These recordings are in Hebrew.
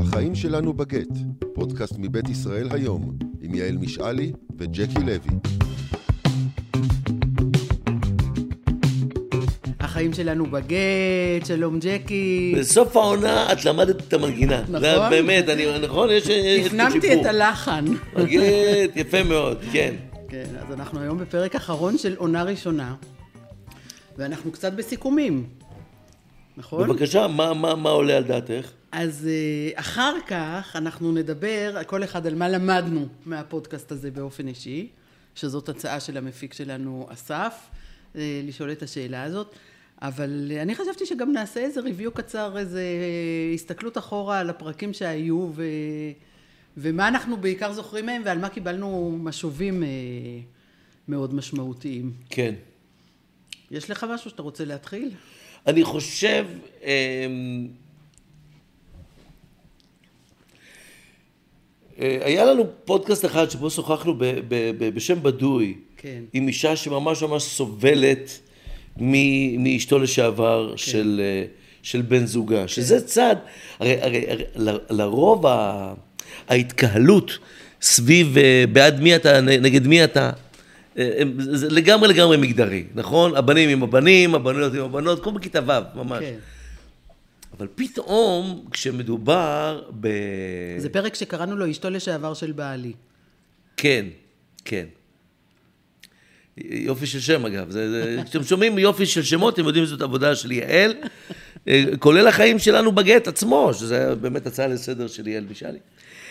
החיים שלנו בגט, פודקאסט מבית ישראל היום, עם יעל משעלי וג'קי לוי. החיים שלנו בגט, שלום ג'קי. בסוף העונה את למדת את המנגינה. נכון. זה באמת, נכון? יש הפנמתי את הלחן. בגט, יפה מאוד, כן. כן, אז אנחנו היום בפרק אחרון של עונה ראשונה, ואנחנו קצת בסיכומים, נכון? בבקשה, מה עולה על דעתך? אז אחר כך אנחנו נדבר כל אחד על מה למדנו מהפודקאסט הזה באופן אישי, שזאת הצעה של המפיק שלנו אסף, לשאול את השאלה הזאת. אבל אני חשבתי שגם נעשה איזה ריוויו קצר, איזה הסתכלות אחורה על הפרקים שהיו, ומה אנחנו בעיקר זוכרים מהם, ועל מה קיבלנו משובים מאוד משמעותיים. כן. יש לך משהו שאתה רוצה להתחיל? אני חושב, היה לנו פודקאסט אחד שבו שוחחנו בשם בדוי, כן. עם אישה שממש ממש סובלת מאשתו לשעבר, כן. של בן זוגה, כן. שזה צד, הרי לרוב ההתקהלות סביב בעד מי אתה, נגד מי אתה, זה לגמרי מגדרי, נכון? הבנים עם הבנים, הבנות עם הבנות, כמו בכיתה ו' ממש. כן. אבל פתאום כשמדובר זה פרק שקראנו לו אשתו לשעבר של בעלי. כן, כן. יופי של שם אגב, כשאתם שומעים יופי של שמות, אתם יודעים זאת עבודה של יעל, כולל החיים שלנו בגט עצמו, שזה באמת הצעה לסדר של יעל משעלי.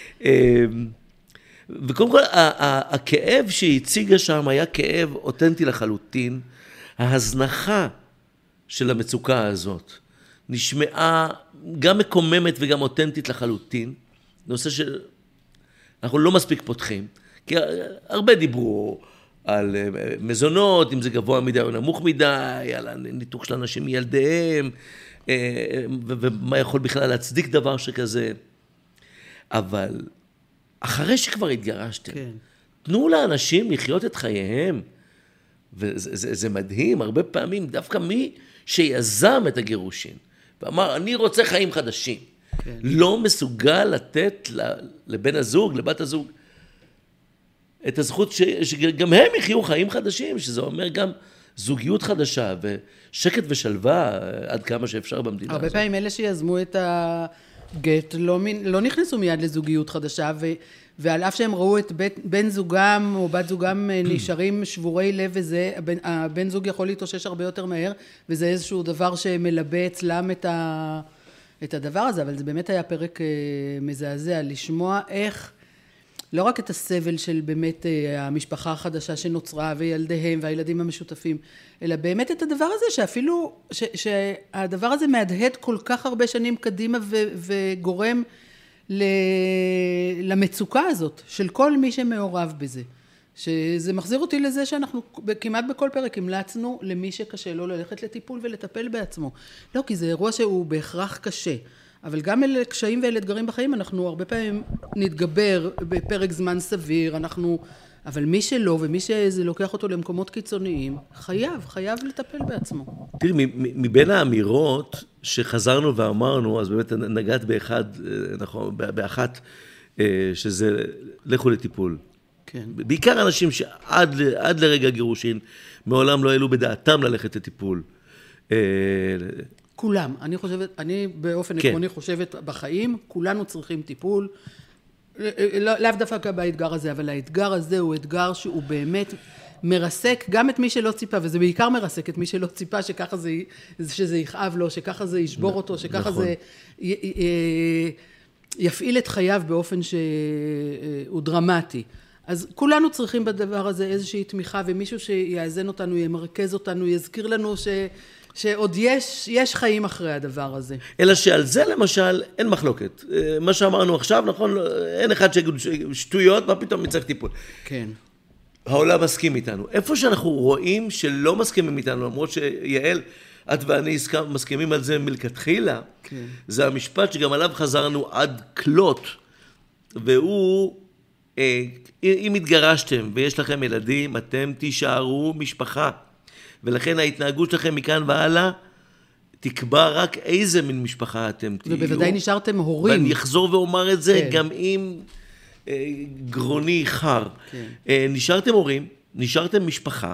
וקודם כל, הכאב שהציגה שם היה כאב אותנטי לחלוטין, ההזנחה של המצוקה הזאת, נשמעה גם מקוממת וגם אותנטית לחלוטין, נושא שאנחנו לא מספיק פותחים, כי הרבה דיברו על מזונות, אם זה גבוה מדי או נמוך מדי, על הניתוק של אנשים מילדיהם, ומה יכול בכלל להצדיק דבר שכזה. אבל אחרי שכבר התגרשתם, כן. תנו לאנשים לחיות את חייהם, וזה מדהים, הרבה פעמים דווקא מי שיזם את הגירושין, ואמר, אני רוצה חיים חדשים, כן. לא מסוגל לתת לבן הזוג, לבת הזוג, את הזכות שגם הם יחיו חיים חדשים, שזה אומר גם זוגיות חדשה ושקט ושלווה עד כמה שאפשר במדינה הזאת. הרבה פעמים אלה שיזמו את הגט לא נכנסו מיד לזוגיות חדשה, ועל אף שהם ראו את בן זוגם או בת זוגם נשארים שבורי לב, וזה, הבן זוג יכול להתאושש הרבה יותר מהר, וזה איזשהו דבר שמלבה אצלם את הדבר הזה, אבל זה באמת היה פרק מזעזע, לשמוע איך לא רק את הסבל של באמת המשפחה החדשה שנוצרה וילדיהם והילדים המשותפים, אלא באמת את הדבר הזה שאפילו, שהדבר הזה מהדהד כל כך הרבה שנים קדימה וגורם למצוקה הזאת של כל מי שמעורב בזה. שזה מחזיר אותי לזה שאנחנו כמעט בכל פרק המלצנו למי שקשה לו ללכת לטיפול ולטפל בעצמו. לא, כי זה אירוע שהוא בהכרח קשה. אבל גם אלה קשיים ואלה אתגרים בחיים, אנחנו הרבה פעמים נתגבר בפרק זמן סביר, אבל מי שלא ומי שזה לוקח אותו למקומות קיצוניים, חייב לטפל בעצמו. תראי, מבין האמירות שחזרנו ואמרנו, אז באמת נגעת באחת, שזה לכו לטיפול. כן. בעיקר אנשים שעד לרגע גירושין, מעולם לא העלו בדעתם ללכת לטיפול. כולם, אני באופן עקרוני חושבת בחיים, כולנו צריכים טיפול, לאו דווקא באתגר הזה, אבל האתגר הזה הוא אתגר שהוא באמת מרסק גם את מי שלא ציפה, וזה בעיקר מרסק את מי שלא ציפה שככה שזה יכאב לו, שככה זה ישבור אותו, שככה זה יפעיל את חייו באופן שהוא דרמטי. אז כולנו צריכים בדבר הזה איזושהי תמיכה, ומישהו שיאזן אותנו, ימרכז אותנו, יזכיר לנו שעוד יש חיים אחרי הדבר הזה. אלא שעל זה למשל אין מחלוקת. מה שאמרנו עכשיו, נכון, אין אחד שיגיד שטויות, מה פתאום מצריך טיפול. כן. העולם מסכים איתנו. איפה שאנחנו רואים שלא מסכימים איתנו, למרות שיעל, את ואני מסכימים על זה מלכתחילה, כן. זה המשפט שגם עליו חזרנו עד כלות, והוא, אם התגרשתם ויש לכם ילדים, אתם תישארו משפחה. ולכן ההתנהגות שלכם מכאן והלאה תקבע רק איזה מין משפחה אתם תהיו. ובוודאי נשארתם הורים. ואני אחזור ואומר את זה, כן. גם אם גרוני חר. כן. נשארתם הורים, נשארתם משפחה,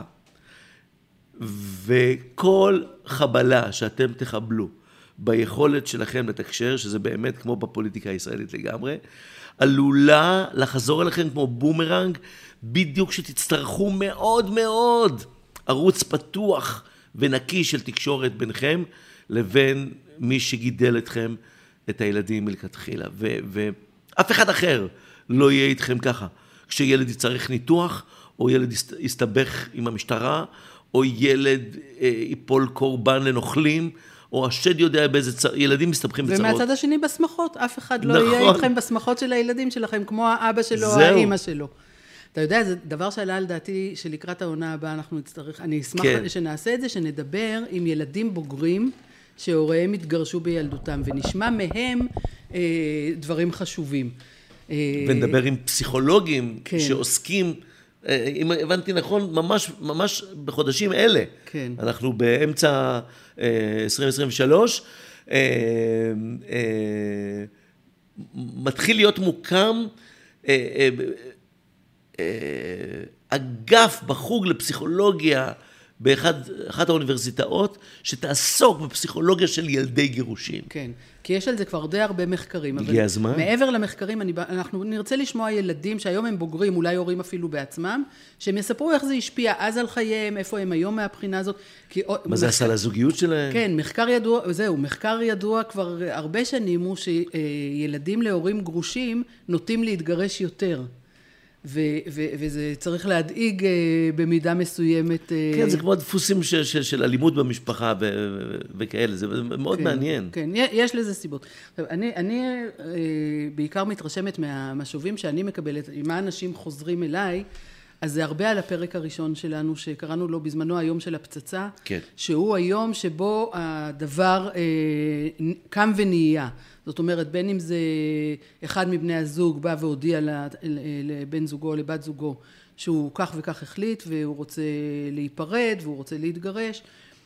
וכל חבלה שאתם תחבלו ביכולת שלכם לתקשר, שזה באמת כמו בפוליטיקה הישראלית לגמרי, עלולה לחזור אליכם כמו בומרנג, בדיוק שתצטרכו מאוד מאוד ערוץ פתוח ונקי של תקשורת ביניכם, לבין מי שגידל אתכם, את הילדים מלכתחילה. ואף אחד אחר לא יהיה איתכם ככה. כשילד יצטרך ניתוח, או ילד יסתבך עם המשטרה, או ילד ייפול קורבן לנוכלים, או השד יודע באיזה ילדים מסתבכים בצרות. ומהצד השני בשמחות, אף אחד לא נכון. יהיה איתכם בשמחות של הילדים שלכם, כמו האבא שלו או האמא שלו. אתה יודע, זה דבר שעלה על דעתי, שלקראת העונה הבאה אנחנו נצטרך, אני אשמח כן. שנעשה את זה, שנדבר עם ילדים בוגרים, שהוריהם התגרשו בילדותם, ונשמע מהם דברים חשובים. ונדבר עם פסיכולוגים כן. שעוסקים, אם הבנתי נכון, ממש בחודשים אלה. כן. אנחנו באמצע 2023, מתחיל להיות מוקם אגף בחוג לפסיכולוגיה באחת האוניברסיטאות, שתעסוק בפסיכולוגיה של ילדי גירושים. כן, כי יש על זה כבר די הרבה מחקרים. הגיע הזמן. מעבר למחקרים, אנחנו נרצה לשמוע ילדים שהיום הם בוגרים, אולי הורים אפילו בעצמם, שהם יספרו איך זה השפיע אז על חייהם, איפה הם היום מהבחינה הזאת. מה זה עשה לזוגיות שלהם? כן, מחקר ידוע כבר הרבה שנים הוא שילדים להורים גרושים נוטים להתגרש יותר. וזה צריך להדאיג במידה מסוימת. כן, זה כמו דפוסים של אלימות במשפחה וכאלה, זה מאוד מעניין. כן, יש לזה סיבות. אני בעיקר מתרשמת מהמשובים שאני מקבלת, עם מה אנשים חוזרים אליי, אז זה הרבה על הפרק הראשון שלנו, שקראנו לו בזמנו היום של הפצצה, כן. שהוא היום שבו הדבר קם ונהיה. זאת אומרת, בין אם זה אחד מבני הזוג בא והודיע לבן זוגו או לבת זוגו, שהוא כך וכך החליט, והוא רוצה להיפרד, והוא רוצה להתגרש,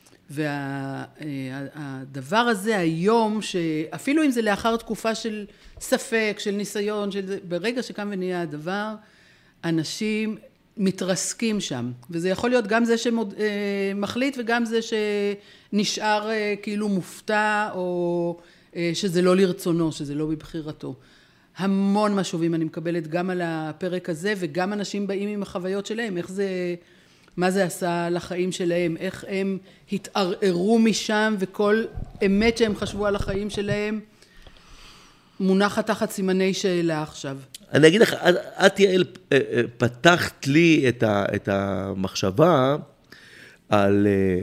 והדבר הזה היום, שאפילו אם זה לאחר תקופה של ספק, של ניסיון, ברגע שקם ונהיה הדבר, אנשים מתרסקים שם, וזה יכול להיות גם זה שמחליט, וגם זה שנשאר כאילו מופתע, או שזה לא לרצונו, שזה לא בבחירתו. המון משובים אני מקבלת גם על הפרק הזה, וגם אנשים באים עם החוויות שלהם, איך זה, מה זה עשה לחיים שלהם, איך הם התערערו משם, וכל אמת שהם חשבו על החיים שלהם, מונחת תחת סימני שאלה עכשיו. אני אגיד לך, את יעל פתחת לי את המחשבה על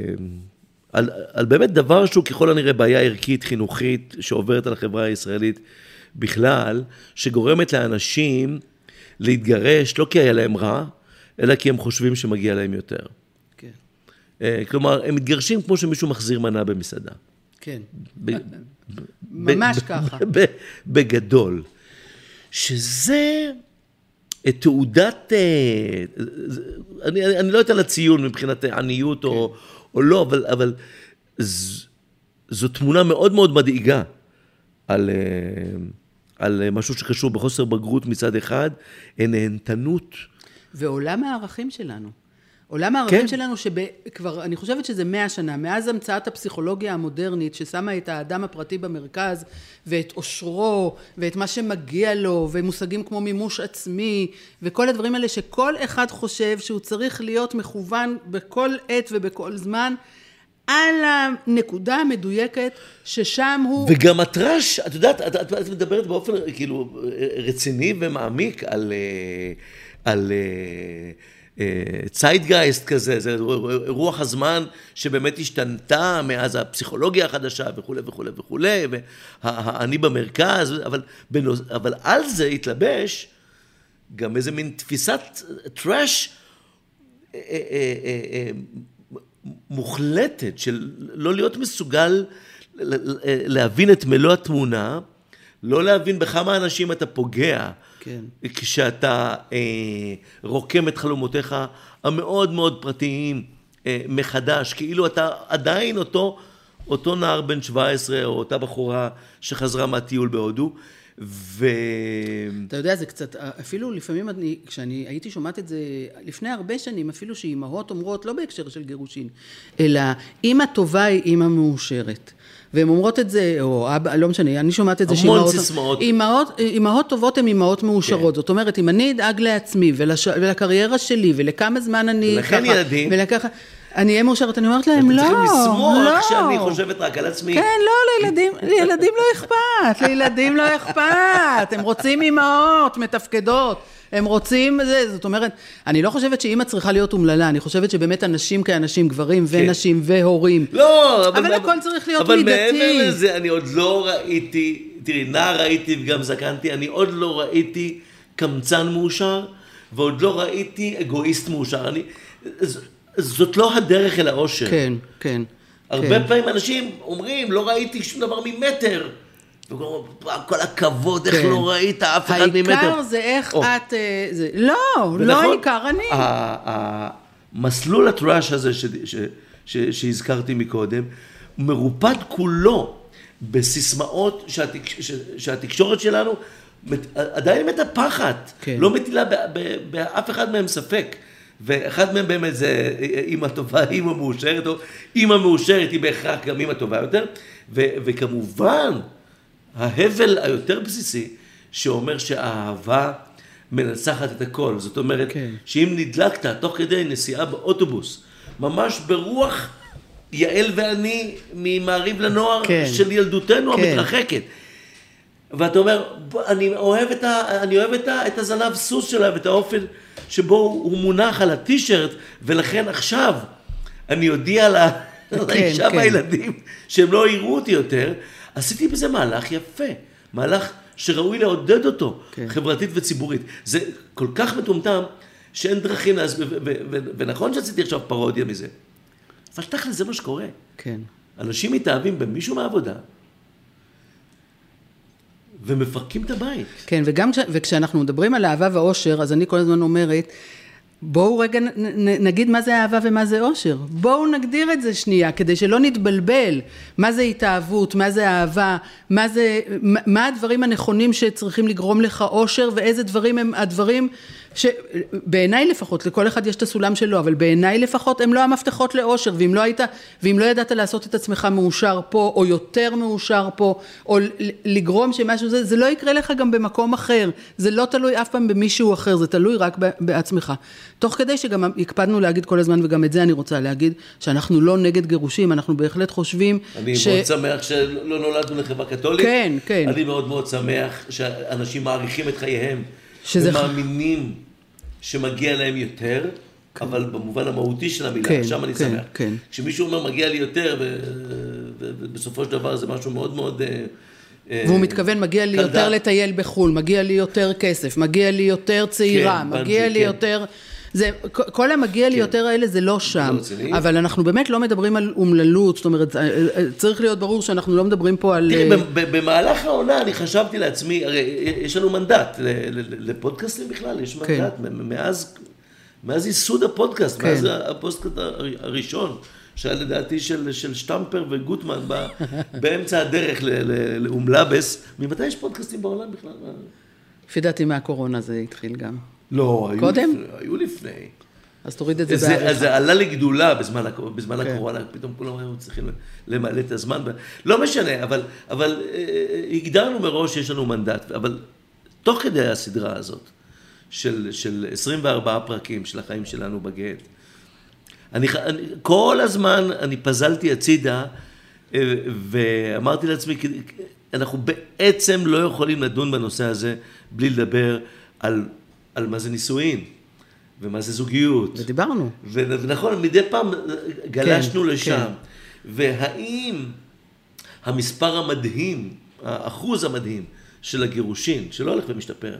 באמת דבר שהוא ככל הנראה בעיה ערכית, חינוכית, שעוברת על החברה הישראלית בכלל, שגורמת לאנשים להתגרש, לא כי היה להם רע, אלא כי הם חושבים שמגיע להם יותר. כן. כלומר, הם מתגרשים כמו שמישהו מחזיר מנה במסעדה. כן. ממש ככה. בגדול. שזה תעודת, אני לא יודע על הציון מבחינת עניות או לא, אבל זו תמונה מאוד מאוד מדאיגה על משהו שקשור בחוסר בגרות מצד אחד, נהנתנות. ועולם הערכים שלנו. עולם הערכים שלנו שכבר, אני חושבת שזה 100 שנה, מאז המצאת הפסיכולוגיה המודרנית, ששמה את האדם הפרטי במרכז, ואת אושרו, ואת מה שמגיע לו, ומושגים כמו מימוש עצמי, וכל הדברים האלה שכל אחד חושב שהוא צריך להיות מכוון בכל עת ובכל זמן, על הנקודה המדויקת ששם הוא... וגם הטרש, את יודעת, את מדברת באופן כאילו רציני ומעמיק על ציידגייסט כזה, זה רוח הזמן שבאמת השתנתה מאז הפסיכולוגיה החדשה וכו' וכו' וכו', והאני במרכז, אבל על זה התלבש גם איזה מין תפיסת טרש מוחלטת של לא להיות מסוגל להבין את מלוא התמונה, לא להבין בכמה אנשים אתה פוגע, כן. כשאתה רוקם את חלומותיך המאוד מאוד פרטיים מחדש, כאילו אתה עדיין אותו נער בן 17, או אותה בחורה שחזרה מהטיול בהודו, אתה יודע, זה קצת, אפילו לפעמים כשאני הייתי שומעת את זה לפני הרבה שנים, אפילו שאימהות אומרות, לא בהקשר של גירושין, אלא אמא טובה היא אמא מאושרת. והן אומרות את זה, או אבא, לא משנה, אני שומעת את זה המון סיסמאות. אימהות טובות הן אימהות מאושרות. כן. זאת אומרת, אם אני אדאג לעצמי ולקריירה שלי, ולכמה זמן אני ולכן ילדים. ולככה, אני אהיה מאושרת, אני אומרת להם, לא, צריכים לשמוח שאני חושבת רק על עצמי. כן, לא, לילדים לא אכפת, לילדים לא אכפת, הם רוצים אימהות מתפקדות, הם רוצים זה, זאת אומרת, אני לא חושבת שאמא צריכה להיות אומללה, אני חושבת שבאמת אנשים כאנשים, גברים ונשים והורים, לא, אבל הכל צריך להיות מידתי. אבל מעבר לזה, אני עוד לא ראיתי, תראי, נער ראיתי וגם זקנתי, אני עוד לא ראיתי קמצן מאושר, ועוד לא ראיתי אגואיסט מאושר, זאת לא הדרך אל האושר. כן, כן. הרבה פעמים אנשים אומרים, לא ראיתי שום דבר ממטר. כל הכבוד, איך לא ראית אף אחד ממטר. העיקר זה איך את... לא העיקר אני. המסלול הטראש הזה שהזכרתי מקודם, מרופד כולו בסיסמאות שהתקשורת שלנו עדיין מטפחת. לא מטילה באף אחד מהם ספק. ואחד מהם באמת זה אמא טובה, אמא מאושרת, או אמא מאושרת היא בהכרח גם אמא טובה יותר, וכמובן, ההבל היותר בסיסי, שאומר שהאהבה מנצחת את הכל. זאת אומרת, שאם נדלקת תוך כדי נסיעה באוטובוס, ממש ברוח יעל ואני ממעריב לנוער של ילדותנו המתרחקת, ואתה אומר, אני אוהב את הזנב סוס שלה ואת האופן שבו הוא מונח על הטישרט, ולכן עכשיו אני אודיע לאישה והילדים שהם לא יראו אותי יותר. עשיתי בזה מהלך יפה, מהלך שראוי לעודד אותו, חברתית וציבורית. זה כל כך מטומטם שאין דרכים, ונכון שעשיתי עכשיו פרודיה מזה, אבל תכל'ס זה מה שקורה. כן. אנשים מתאהבים במישהו מהעבודה, ומפרקים את הבית. כן, וכשאנחנו מדברים על אהבה ואושר, אז אני כל הזמן אומרת, בואו רגע נגיד מה זה אהבה ומה זה אושר. בואו נגדיר את זה שנייה, כדי שלא נתבלבל. מה זה התאהבות, מה זה אהבה, מה הדברים הנכונים שצריכים לגרום לך אושר, ואיזה דברים הם הדברים שבעיניי לפחות, לכל אחד יש את הסולם שלו, אבל בעיניי לפחות הם לא המפתחות לאושר, ואם לא ידעת לעשות את עצמך מאושר פה, או יותר מאושר פה, או לגרום שמשהו זה לא יקרה לך גם במקום אחר. זה לא תלוי אף פעם במישהו אחר, זה תלוי רק בעצמך. תוך כדי שגם הקפדנו להגיד כל הזמן, וגם את זה אני רוצה להגיד, שאנחנו לא נגד גירושים, אנחנו בהחלט חושבים אני מאוד שמח שלא נולדנו לחברה קתולית. כן, כן. אני מאוד מאוד שמח שאנשים מעריכים את חייהם, ומאמינים שמגיע להם יותר, אבל במובן המהותי של המילה, שם אני שמח. כשמישהו אומר מגיע לי יותר, ובסופו של דבר זה משהו מאוד מאוד... והוא מתכוון, מגיע לי יותר לטייל בחול, מגיע לי יותר כסף, מגיע לי יותר צעירה, מגיע לי יותר... כל המגיע לי יותר האלה זה לא שם, אבל אנחנו באמת לא מדברים על אומללות, זאת אומרת, צריך להיות ברור שאנחנו לא מדברים פה על... תראי, במהלך העונה אני חשבתי לעצמי, הרי יש לנו מנדט, לפודקאסטים בכלל, יש מנדט, מאז ייסוד הפודקאסט, מאז הפודקאסט הראשון, שהיה לדעתי של שטמפר וגוטמן, באמצע הדרך לאומלבס, ממתי יש פודקאסטים בעולם בכלל? לפי דעתי מהקורונה זה התחיל גם. לא, קודם? היו לפני. אז תוריד את זה בעריכה. זה עלה לגדולה בזמן הקורונה, פתאום כולם היו צריכים למלא את הזמן. לא משנה, אבל הגדרנו מראש שיש לנו מנדט, אבל תוך כדי הסדרה הזאת, של 24 פרקים של החיים שלנו בגט, כל הזמן אני פזלתי הצידה, ואמרתי לעצמי, אנחנו בעצם לא יכולים לדון בנושא הזה, בלי לדבר על מה זה נישואין, ומה זה זוגיות. ודיברנו. ונכון, מדי פעם גלשנו לשם. והאם המספר המדהים, האחוז המדהים של הגירושין, שלא הולך ומשתפר,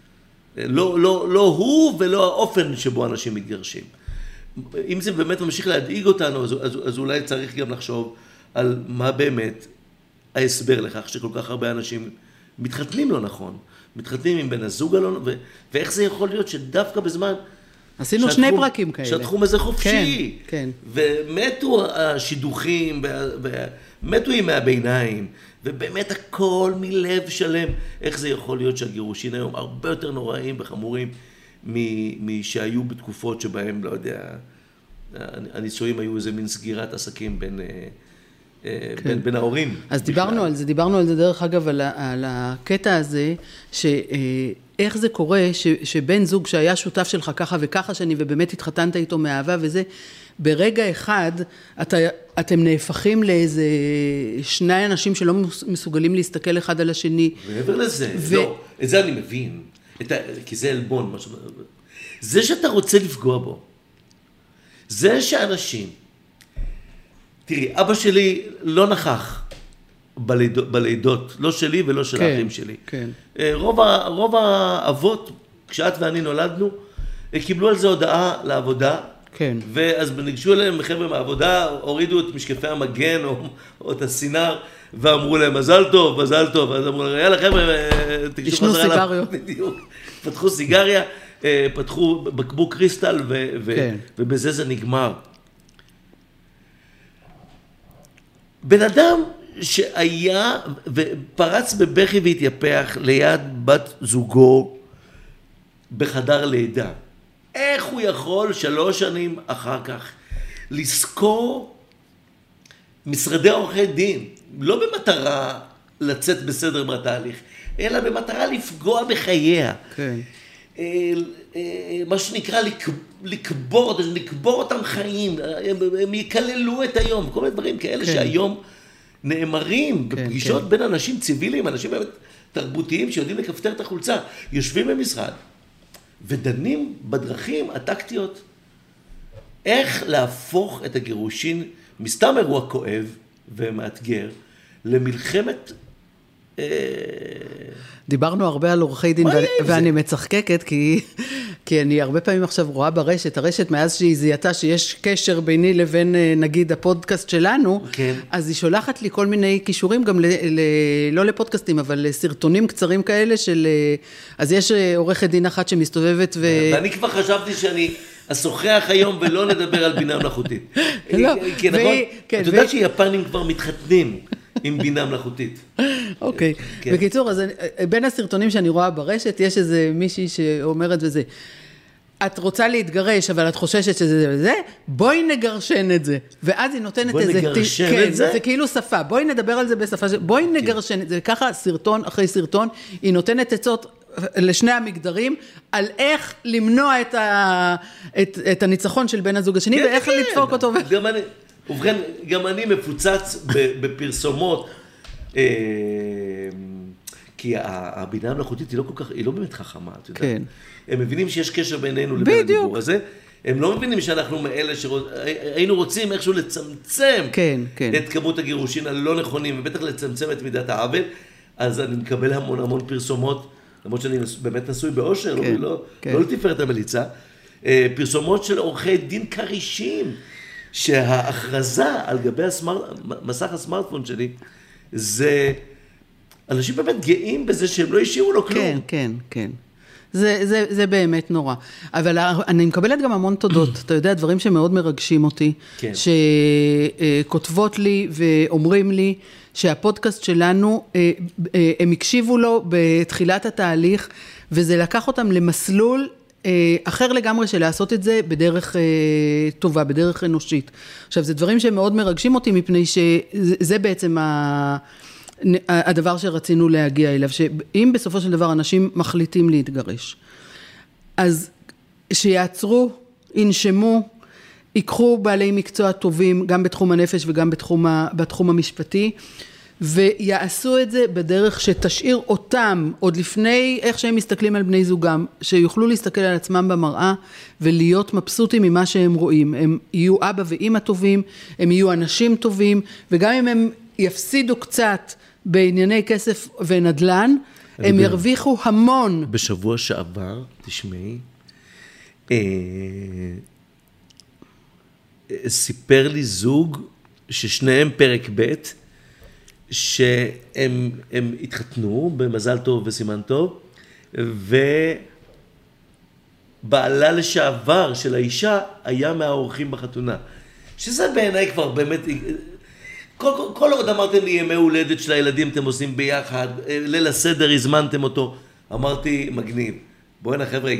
לא הוא ולא האופן שבו אנשים מתגרשים. אם זה באמת ממשיך להדאיג אותנו, אז אולי צריך גם לחשוב על מה באמת ההסבר לכך שכל כך הרבה אנשים מתחתנים לא נכון. מתחתנים עם בן הזוג הלא, ואיך זה יכול להיות שדווקא בזמן עשינו 2 פרקים כאלה. שהתחום הזה חופשי. כן. ומתו השידוכים, ומתו ימי הביניים, ובאמת הכל מלב שלם. איך זה יכול להיות שהגירושין היום הרבה יותר נוראים וחמורים משהיו בתקופות שבהם, לא יודע, הנישואים היו איזה מין סגירת עסקים בין ההורים. אז דיברנו על זה דרך אגב, על הקטע הזה, שאיך זה קורה שבן זוג שהיה שותף שלך ככה וככה שנים, ובאמת התחתנת איתו מאהבה וזה, ברגע אחד אתם נהפכים לאיזה 2 אנשים שלא מסוגלים להסתכל אחד על השני. מעבר לזה, לא, את זה אני מבין, כי זה אלבון, זה שאתה רוצה לפגוע בו, זה שאנשים, תראי, אבא שלי לא נכח בלידות, לא שלי ולא של האחים שלי. כן. רוב האבות, כשאת ואני נולדנו, קיבלו על זה הודעה לעבודה, כן. ואז ניגשו אליהם חבר'ה מהעבודה, הורידו את משקפי המגן או את הסינר, ואמרו להם מזל טוב, מזל טוב, אז אמרו להם, יאללה חבר'ה, ישנו סיגריות. פתחו סיגריה, פתחו בקבוק קריסטל, ובזה זה נגמר. בן אדם שהיה ופרץ בבכי והתייפח ליד בת זוגו בחדר לידה, איך הוא יכול 3 שנים אחר כך לזכור משרדי עורכי דין, לא במטרה לצאת בסדר מהתהליך, אלא במטרה לפגוע בחייה. כן. מה שנקרא לקבור אותם חיים, הם יקללו את היום, כל מיני דברים כאלה שהיום נאמרים בפגישות בין אנשים ציביליים, אנשים באמת תרבותיים שיודעים לכפתר את החולצה, יושבים במשרד ודנים בדרכים הטקטיות, איך להפוך את הגירושין מסתם אירוע כואב ומאתגר למלחמת... דיברנו הרבה על עורכי דין, ואני מצחקקת, כי אני הרבה פעמים עכשיו רואה הרשת מאז שהיא זיהתה שיש קשר ביני לבין נגיד הפודקאסט שלנו, אז היא שולחת לי כל מיני קישורים, גם לא לפודקאסטים, אבל לסרטונים קצרים כאלה של, אז יש עורכת דין אחת שמסתובבת ואני כבר חשבתי שאני אשוחח היום ולא נדבר על בינה מלאכותית. כי נכון, אתה יודעת שיפנים כבר מתחתנים עם בינה מלאכותית. אוקיי. בקיצור, אז בין הסרטונים שאני רואה ברשת, יש איזה מישהי שאומרת וזה, את רוצה להתגרש, אבל את חוששת שזה וזה, בואי נגרשן את זה. ואז היא נותנת איזה... בואי נגרשן את זה? זה כאילו שפה. בואי נדבר על זה בשפה, בואי נגרשן את זה. וככה סרטון אחרי סרטון, היא נותנת עצות לשני המגדרים, על איך למנוע את הניצחון של בן הזוג השני, ואיך לדפוק אותו. ובכן, גם אני מפוצץ בפרסומות, כי הבינה המלאכותית היא לא כל כך, היא לא באמת חכמה, אתה יודע. כן. הם מבינים שיש קשר בינינו לבין הדיבור הזה, הם לא מבינים שאנחנו מאלה שהיינו רוצים איכשהו לצמצם את כמות הגירושין הלא נכונים, ובטח לצמצם את מידת העוול, אז אני מקבל המון פרסומות, למרות שאני באמת נשוי באושר, לא לתפארת המליצה, פרסומות של עורכי דין קרישים, שההכרזה על גבי מסך הסמארטפון שלי, זה אנשים באמת גאים בזה שהם לא השאירו לו כלום. כן. זה באמת נורא. אבל אני מקבלת גם המון תודות. אתה יודע, דברים שמאוד מרגשים אותי, שכותבות לי ואומרים לי שהפודקאסט שלנו, הם הקשיבו לו בתחילת התהליך, וזה לקח אותם למסלול אחר לגמרי של לעשות את זה בדרך טובה, בדרך אנושית. עכשיו, זה דברים שמאוד מרגשים אותי, מפני שזה בעצם הדבר שרצינו להגיע אליו, שאם בסופו של דבר אנשים מחליטים להתגרש, אז שיעצרו, ינשמו, ייקחו בעלי מקצוע טובים, גם בתחום הנפש וגם בתחום המשפטי, ויעשו את זה בדרך שתשאיר אותם, עוד לפני איך שהם מסתכלים על בני זוגם, שיוכלו להסתכל על עצמם במראה, ולהיות מבסוטים ממה שהם רואים. הם יהיו אבא ואמא טובים, הם יהיו אנשים טובים, וגם אם הם יפסידו קצת בענייני כסף ונדלן, הם ירוויחו המון. בשבוע שעבר, תשמעי, סיפר לי זוג ששניהם פרק ב' שהם התחתנו במזל טוב וסימן טוב, בעלה לשעבר של האישה היה מהאורחים בחתונה. שזה בעיניי כבר באמת... כל עוד אמרתם לי ימי הולדת של הילדים אתם עושים ביחד, ליל הסדר הזמנתם אותו, אמרתי מגניב. בואי חבר'ה,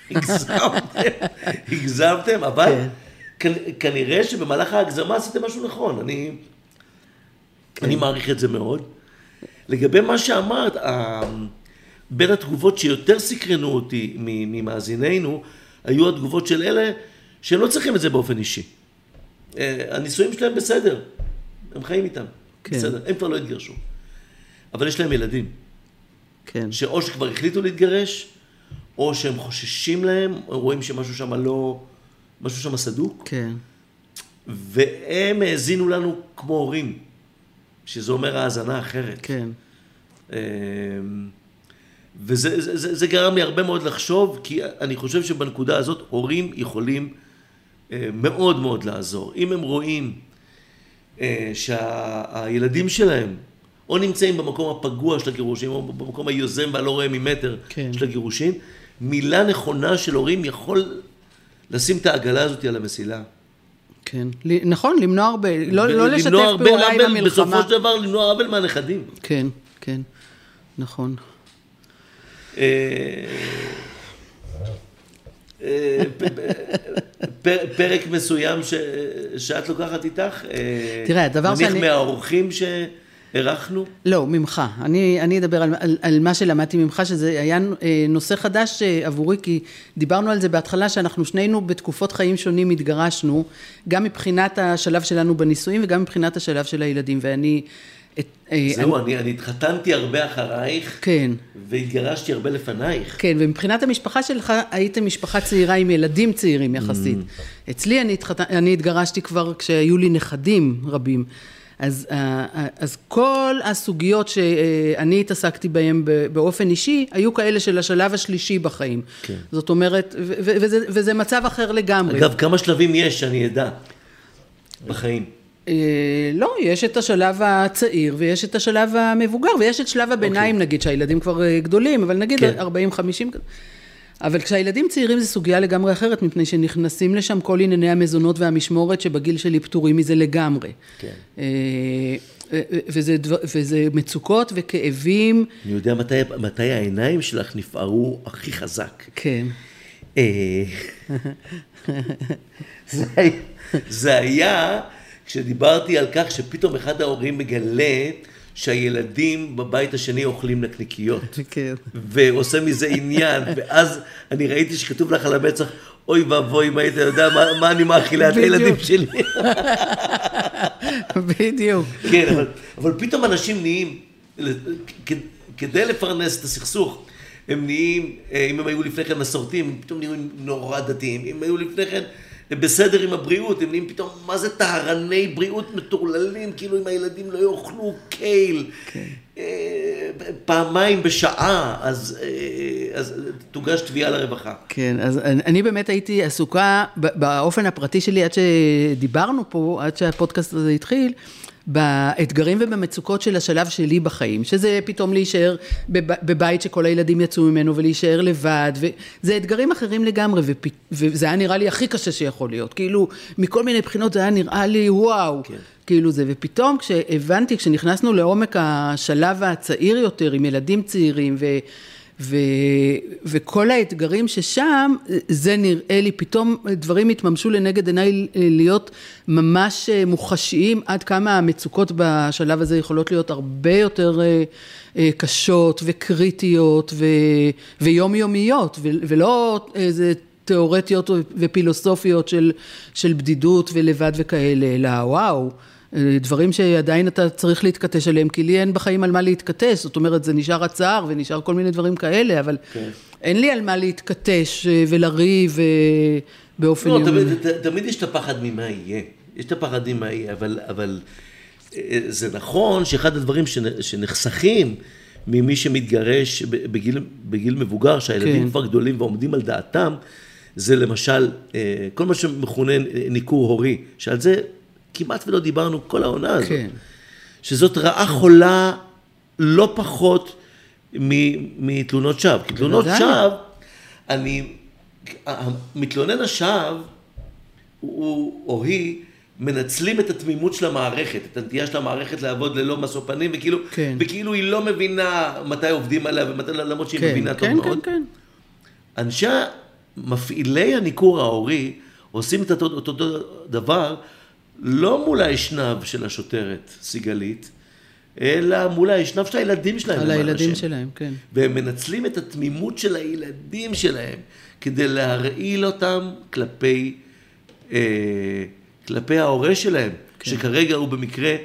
הגזמתם, אבל כנראה שבמהלך ההגזמה עשיתם משהו נכון, אני מעריך את זה מאוד. לגבי מה שאמרת, בין התגובות שיותר סקרנו אותי ממאזיננו, היו התגובות של אלה שהם לא צריכים את זה באופן אישי. הנישואים שלהם בסדר, הם חיים איתם, בסדר, הם כבר לא התגרשו. אבל יש להם ילדים. כן. שאו שכבר החליטו להתגרש, או שהם חוששים להם, או רואים שמשהו שם לא, משהו שם סדוק. כן. והם האזינו לנו כמו הורים, שזה אומר האזנה אחרת. כן. וזה גרם לי הרבה מאוד לחשוב, כי אני חושב שבנקודה הזאת הורים יכולים מאוד מאוד לעזור. אם הם רואים שהילדים שלהם או נמצאים במקום הפגוע של הגירושים, או במקום היוזם והלא רואה ממטר של הגירושים, מילה נכונה של הורים יכול לשים את העגלה הזאת על המסילה. כן, נכון, למנוע הרבה, לא לשתף פעולה עם המלחמה. בסופו של דבר, למנוע עוול מהנכדים. כן, כן, נכון. פרק מסוים שאת לוקחת איתך, תראה, הדבר נניח מהאורחים שערכנו? לא, ממך. אני אדבר על מה שלמדתי ממך, שזה היה נושא חדש עבורי, כי דיברנו על זה בהתחלה, שאנחנו שנינו בתקופות חיים שונים התגרשנו, גם מבחינת השלב שלנו בנישואים, וגם מבחינת השלב של הילדים, ואני... זהו, אני התחתנתי הרבה אחרייך, כן. והתגרשתי הרבה לפנייך. כן, ומבחינת המשפחה שלך, הייתם משפחה צעירה עם ילדים צעירים יחסית. אצלי אני התגרשתי כבר כשהיו לי נכדים רבים. אז כל הסוגיות שאני התעסקתי בהן באופן אישי, היו כאלה של השלב השלישי בחיים. כן. זאת אומרת, וזה מצב אחר לגמרי. אגב, כמה שלבים יש, שאני אדע, בחיים? לא, יש את השלב הצעיר, ויש את השלב המבוגר, ויש את שלב הביניים, נגיד, שהילדים כבר גדולים, אבל נגיד 40-50, אבל כשהילדים צעירים זה סוגיה לגמרי אחרת, מפני שנכנסים לשם כל ענייני המזונות והמשמורת, שבגיל שלי פטורים מזה לגמרי. כן. וזה מצוקות וכאבים. אני יודע מתי העיניים שלך נפערו הכי חזק. כן. זה היה... כשדיברתי על כך שפתאום אחד ההורים מגלה שהילדים בבית השני אוכלים נקניקיות. כן. ועושה מזה עניין, ואז אני ראיתי שכתוב לך על המצח, אוי ואבוי, אם היית יודע מה אני מאכילה את הילדים שלי. בדיוק. כן, אבל פתאום אנשים נהיים, כדי לפרנס את הסכסוך, הם נהיים, אם הם היו לפני כן מסורתיים, פתאום נהיים נורא דתיים, אם הם היו לפני כן, בסדר עם הבריאות, הם נהיים פתאום, מה זה טהרני בריאות מטורללים, כאילו אם הילדים לא יאכלו קייל, פעמיים בשעה, אז תוגש תביעה לרווחה. כן, אז אני באמת הייתי עסוקה באופן הפרטי שלי, עד שדיברנו פה, עד שהפודקאסט הזה התחיל, באתגרים ובמצוקות של השלב שלי בחיים, שזה פתאום להישאר בבית שכל הילדים יצאו ממנו ולהישאר לבד, וזה אתגרים אחרים לגמרי, וזה היה נראה לי הכי קשה שיכול להיות, כאילו מכל מיני בחינות זה היה נראה לי וואו, כן. כאילו זה, ופתאום כשהבנתי, כשנכנסנו לעומק השלב הצעיר יותר, עם ילדים צעירים וכל האתגרים ששם, זה נראה לי, פתאום דברים התממשו לנגד עיניי להיות ממש מוחשיים, עד כמה המצוקות בשלב הזה יכולות להיות הרבה יותר קשות וקריטיות ויומיומיות, ולא איזה תיאורטיות ופילוסופיות של בדידות ולבד וכאלה, אלא וואו, דברים שעדיין אתה צריך להתקטש עליהם, כי לי אין בחיים על מה להתקטש, זאת אומרת, זה נשאר הצער ונשאר כל מיני דברים כאלה, אבל אין לי על מה להתקטש ולריב באופן יומי. תמיד יש את הפחד ממה יהיה, יש את הפחד ממה יהיה, אבל זה נכון שאחד הדברים שנחסכים ממי שמתגרש בגיל מבוגר, שהילדים כבר גדולים ועומדים על דעתם, זה למשל, כל מה שמכונה ניכור הורי, שעל זה כמעט ולא דיברנו כל העונה הזאת. כן. שזאת רעה חולה לא פחות מתלונות שווא. כי תלונות שווא, אני המתלונן השווא, הוא או היא, מנצלים את התמימות של המערכת, את הנטייה של המערכת לעבוד ללא משוא פנים, וכאילו היא לא מבינה מתי עובדים עליה, למרות שהיא מבינה טוב מאוד. כן. אנשי מפעילי הניכור ההורי עושים את אותו דבר, לא מול האשנב של השוטרת סיגלית, אלא מול האשנב של הילדים שלהם. על הילדים שלהם, כן. והם מנצלים את התמימות של הילדים שלהם, כדי להרעיל אותם כלפי ההורה שלהם, שכרגע הוא במקרה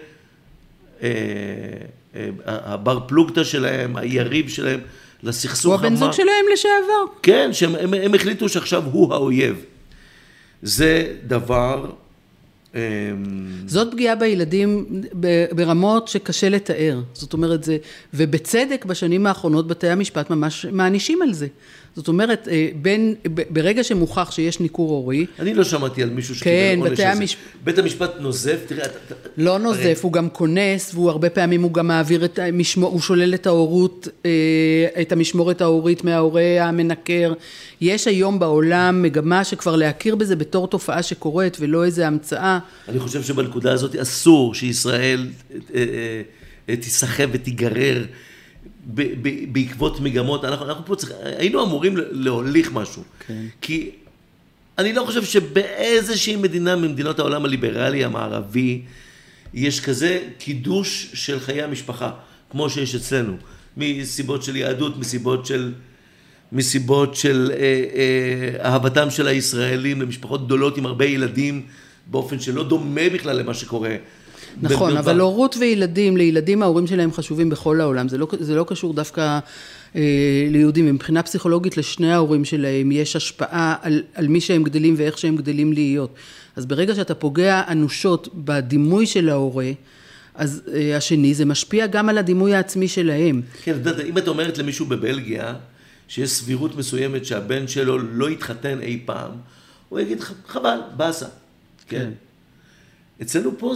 הבר פלוגתא שלהם, היריב שלהם, לסכסוך. הוא הבן זוג שלהם לשעבר. כן, שהם החליטו שעכשיו הוא האויב. זה דבר... זאת פגיעה בילדים ברמות שקשה לתאר. זאת אומרת, ובצדק בשנים האחרונות בתי המשפט ממש מענישים על זה. זאת אומרת, ברגע שמוכח שיש ניכור הורי... אני לא שמעתי על מישהו שקיבל עונש על זה. בית המשפט נוזף, תראה... לא נוזף, הוא גם כונס, והוא הרבה פעמים הוא גם מעביר את המשמורת, הוא שולל את ההורות, את המשמורת ההורית מההורה המנקר. יש היום בעולם מגמה שכבר להכיר בזה בתור תופעה שקורית, ולא איזו המצאה. אני חושב שבנקודה הזאת אסור שישראל תיסחב ותיגרר בעקבות מגמות. אנחנו פה היינו אמורים להוליך משהו. כן. כי אני לא חושב שבאיזושהי מדינה ממדינות העולם הליברלי המערבי יש כזה קידוש של חיי המשפחה, כמו שיש אצלנו, מסיבות של יהדות, מסיבות של אהבתם של הישראלים למשפחות גדולות עם הרבה ילדים, באופן שלא דומה בכלל למה שקורה. נכון, אבל הורות וילדים, לילדים ההורים שלהם חשובים בכל העולם, זה לא קשור דווקא ליהודים, מבחינה פסיכולוגית לשני ההורים שלהם יש השפעה על מי שהם גדלים ואיך שהם גדלים להיות. אז ברגע שאתה פוגע אנושות בדימוי של ההורה, אז השני, זה משפיע גם על הדימוי העצמי שלהם. כן, אם את אומרת למישהו בבלגיה, שיש סבירות מסוימת שהבן שלו לא יתחתן אי פעם, הוא יגיד, חבל, באסה. כן. אצלנו פה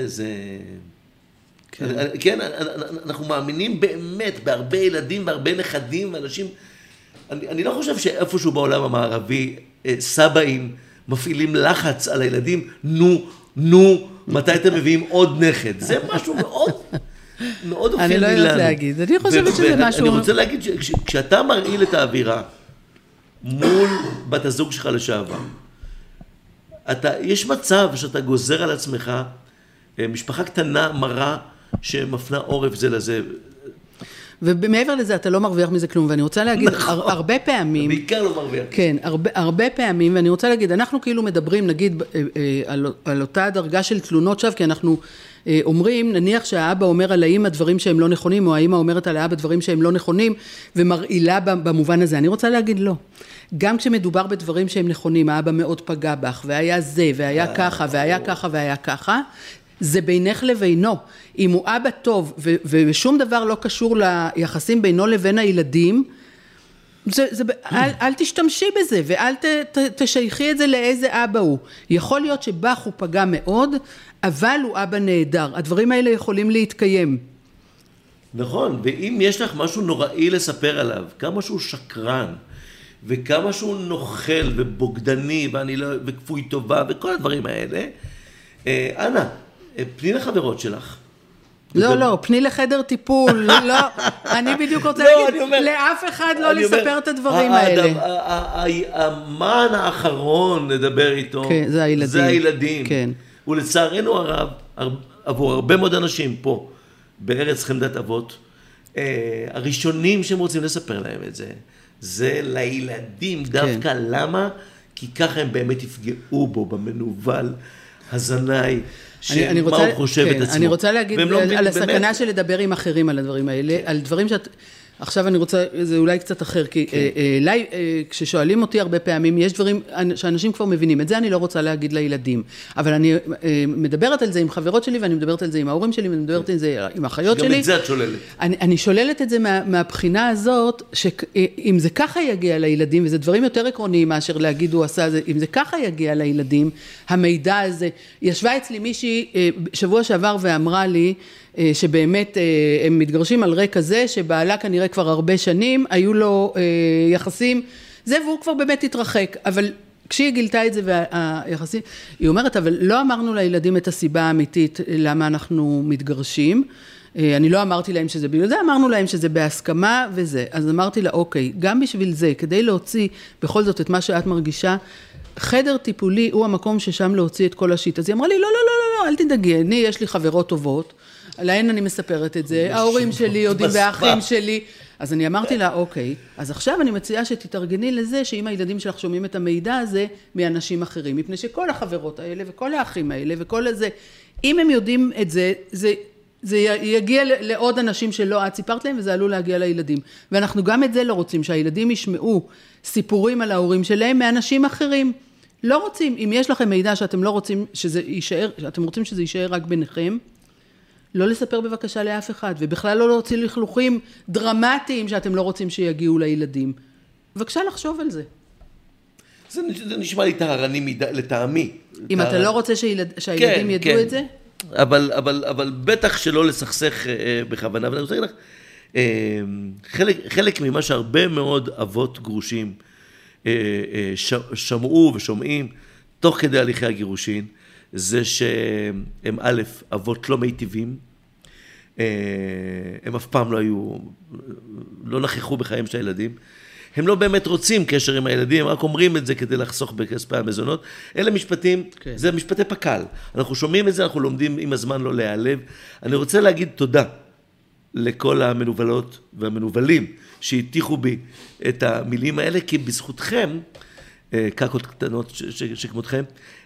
כן, אנחנו מאמינים באמת בהרבה ילדים, בהרבה נכדים, ואנשים, אני לא חושב שאיפשהו בעולם המערבי, סבאים מפעילים לחץ על הילדים, נו, מתי אתם מביאים עוד נכד? זה משהו מאוד אופייני לנו. אני לא יודעת להגיד, אני חושבת שזה משהו... אני רוצה להגיד שכשאתה מרעיל את האווירה מול בת הזוג שלך לשעבר, יש מצב שאתה גוזר על עצמך משפחה קטנה, מרה, שמפנה עורף זה לזה. ומעבר לזה, אתה לא מרוויח מזה כלום, ואני רוצה להגיד, הרבה פעמים... בעיקר לא מרוויח. כן, הרבה פעמים, ואני רוצה להגיד, אנחנו כאילו מדברים, נגיד, על אותה דרגה של תלונות שווא, כי אנחנו אומרים, נניח שהאבא אומר על האמא דברים שהם לא נכונים, או האמא אומרת על האבא דברים שהם לא נכונים, ומרעילה במובן הזה. אני רוצה להגיד לא. גם כשמדובר בדברים שהם נכונים, האבא מאוד פגע בך, והיה זה, והיה ככה, והיה ככה, והיה ככה, זה בינך לבינו. אם הוא אבא טוב, ושום דבר לא קשור ליחסים בינו לבין הילדים, אל תשתמשי בזה, ואל תשייכי את זה לאיזה אבא הוא. יכול להיות שבך הוא פגע מאוד, אבל הוא אבא נהדר. הדברים האלה יכולים להתקיים. נכון, ואם יש לך משהו נוראי לספר עליו, כמה שהוא שקרן, וכמה שהוא נוכל ובוגדני, וכפוי טובה, וכל הדברים האלה, אנא, פני לחברות שלך. לא, פני לחדר טיפול, לא, אני בדיוק רוצה להגיד, לאף אחד לא לספר את הדברים האלה. המן האחרון נדבר איתו, זה הילדים. ולצערנו הרב, עבור הרבה מאוד אנשים פה, בארץ חמדת אבות, הראשונים שהם רוצים לספר להם את זה, זה לילדים דווקא. למה? כי ככה הם באמת יפגעו בו, במנוול הזנאי, שמה הוא חושב את עצמו. אני רוצה להגיד על הסכנה של לדבר עם אחרים על הדברים האלה, על דברים שאת... עכשיו אני רוצה, זה אולי קצת אחר, כי אליי, כששואלים אותי הרבה פעמים, יש דברים שאנשים כבר מבינים, את זה אני לא רוצה להגיד לילדים, אבל אני מדברת על זה עם חברות שלי, ואני מדברת על זה עם ההורים שלי, ואני מדברת על זה עם האחיות שלי. גם את זה את שוללת. אני שוללת את זה מהבחינה הזאת, שאם זה ככה יגיע לילדים, וזה דברים יותר עקרוניים מאשר להגיד הוא עשה זה, אם זה ככה יגיע לילדים, המידע הזה, ישבה אצלי מישהי שבוע שעבר ואמרה לי, שבאמת הם מתגרשים על רקע זה, שבעלה כנראה כבר הרבה שנים, היו לו יחסים זה, והוא כבר באמת התרחק, אבל כשהיא גילתה את זה והיחסים, היא אומרת, אבל לא אמרנו לילדים את הסיבה האמיתית למה אנחנו מתגרשים, אני לא אמרתי להם שזה בגלל זה, אמרנו להם שזה בהסכמה וזה, אז אמרתי לה, אוקיי, גם בשביל זה, כדי להוציא בכל זאת את מה שאת מרגישה, חדר טיפולי הוא המקום ששם להוציא את כל השיט, אז היא אמרה לי, לא, אל תדאגי, יש לי חברות טובות, להן אני מספרת את זה, ההורים שלי יודעים והאחים שלי, אז אני אמרתי לה, אוקיי, אז עכשיו אני מציעה שתתארגני לזה, שאם הילדים שלך שומעים את המידע הזה, מאנשים אחרים, מפני שכל החברות האלה, וכל האחים האלה, וכל הזה, אם הם יודעים את זה, זה יגיע לעוד אנשים שלא את סיפרת להם, וזה עלול להגיע לילדים. ואנחנו גם את זה לא רוצים, שהילדים ישמעו סיפורים על ההורים שלהם, מאנשים אחרים. לא רוצים, אם יש לכם מידע שאתם לא רוצים שזה יישאר, שאתם רוצים שזה יישאר רק ביניכם, לא לספר בבקשה לאף אחד, ובכלל לא להוציא לכלוכים דרמטיים שאתם לא רוצים שיגיעו לילדים. בבקשה לחשוב על זה. זה נשמע לי טהרני לטעמי. אם אתה לא רוצה שהילדים ידעו את זה? אבל בטח שלא לסכסך בכוונה. ואני רוצה להגיד לך, חלק ממה שהרבה מאוד אבות גרושים שמעו ושומעים תוך כדי הליכי הגירושין, זה שהם א', אבות לא מיטיבים, הם אף פעם לא נכחו בחיים של הילדים, הם לא באמת רוצים קשר עם הילדים, הם רק אומרים את זה כדי לחסוך בכספי המזונות, אלה משפטים, זה משפטי פקל, אנחנו שומעים את זה, אנחנו לומדים עם הזמן לא להיעלב, אני רוצה להגיד תודה לכל המנובלות והמנובלים שהטיחו בי את המילים האלה, כי בזכותכם, קקות קטנות שכמותכם,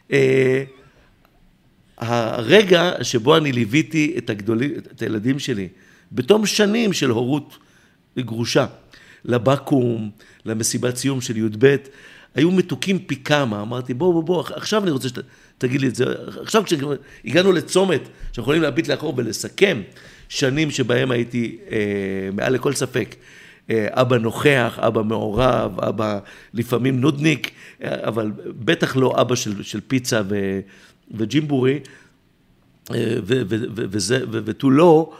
הרגע שבו אני ליוויתי את הילדים שלי, בתום שנים של הורות גרושה, לבקום, למסיבת סיום של י"ב, היו מתוקים פי כמה, אמרתי בוא, עכשיו אני רוצה שתגיד לי את זה, עכשיו כשהגענו לצומת, שאנחנו יכולים להביט לאחור ולסכם, שנים שבהם הייתי מעל לכל ספק, אבא נוכח, אבא מעורב, אבא לפעמים נודניק, אבל בטח לא אבא של פיצה וג'ימבורי, ותו לא,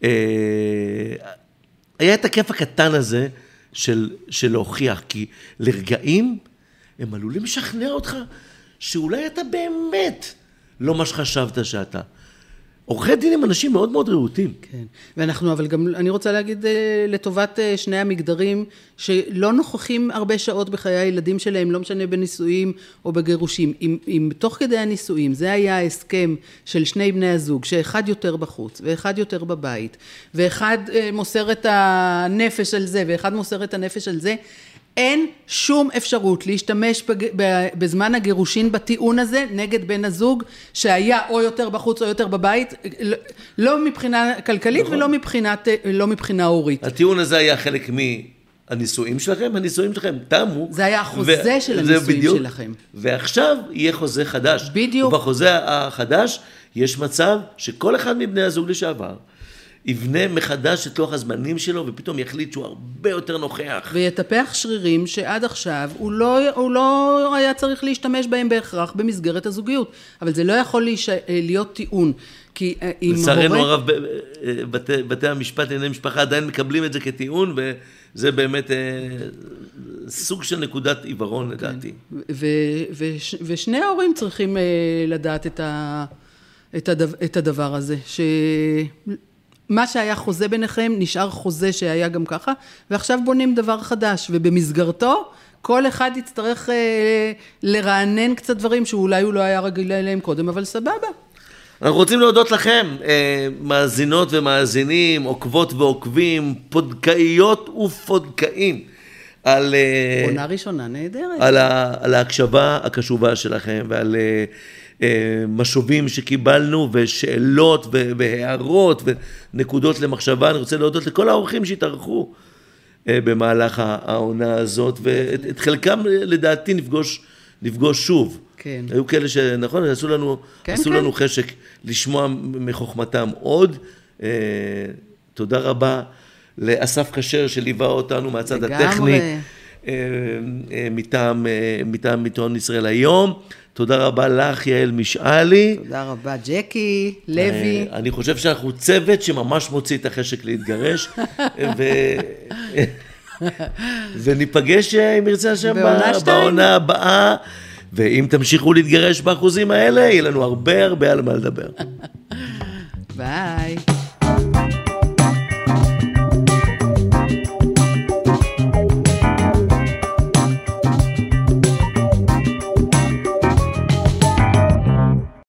היה את הכיף הקטן הזה של להוכיח, כי לרגעים הם עלולים לשכנע אותך, שאולי אתה באמת לא מה שחשבת שאתה. עורכי דין הם אנשים מאוד מאוד רהוטים. כן, ואנחנו, אבל גם אני רוצה להגיד לטובת שני המגדרים, שלא נוכחים הרבה שעות בחיי הילדים שלהם, לא משנה בנישואים או בגירושים. אם תוך כדי הנישואים, זה היה ההסכם של שני בני הזוג, שאחד יותר בחוץ ואחד יותר בבית, ואחד מוסר את הנפש על זה, ואחד מוסר את הנפש על זה, אין שום אפשרות להשתמש בזמן הגירושין בטיעון הזה נגד בן הזוג שהיה או יותר בחוץ או יותר בבית, לא מבחינה כלכלית ולא מבחינה הורית. הטיעון הזה היה חלק מהנישואים שלכם, הנישואים שלכם תמו. זה היה החוזה של הנישואים שלכם. ועכשיו יהיה חוזה חדש. בדיוק. ובחוזה החדש יש מצב שכל אחד מבני הזוג לשעבר יבנה מחדש את לוח הזמנים שלו, ופתאום יחליט שהוא הרבה יותר נוכח. ויטפח שרירים שעד עכשיו הוא לא היה צריך להשתמש בהם בהכרח במסגרת הזוגיות. אבל זה לא יכול להיות טיעון. כי אם לצערנו הרב, בתי המשפט לענייני משפחה עדיין מקבלים את זה כטיעון, וזה באמת סוג של נקודת עיוורון לדעתי. ושני ההורים צריכים לדעת את הדבר הזה, מה שהיה חוזה ביניכם נשאר חוזה שהיה גם ככה, ועכשיו בונים דבר חדש, ובמסגרתו כל אחד יצטרך לרענן קצת דברים שאולי הוא לא היה רגיל אליהם קודם, אבל סבבה. אנחנו רוצים להודות לכם, מאזינות ומאזינים, עוקבות ועוקבים, פודקאיות ופודקאים, על עונה ראשונה נהדרת. על ההקשבה הקשובה שלכם, ועל משובים שקיבלנו, ושאלות והערות ונקודות למחשבה. אני רוצה להודות לכל האורחים שהתארחו במהלך העונה הזאת, ואת חלקם לדעתי נפגוש שוב. כן. היו כאלה שנכון, עשו לנו חשק לשמוע מחוכמתם עוד. תודה רבה לאסף כשר שליווה אותנו מהצד הטכני, מטעם עיתון ישראל היום. תודה רבה לך, יעל משעלי. תודה רבה, ג'קי, לוי. אני חושב שאנחנו צוות שממש מוציא את החשק להתגרש, וניפגש, אם ירצה השם, בעונה 2. בעונה הבאה, ואם תמשיכו להתגרש באחוזים האלה, יהיה לנו הרבה הרבה על מה לדבר. ביי.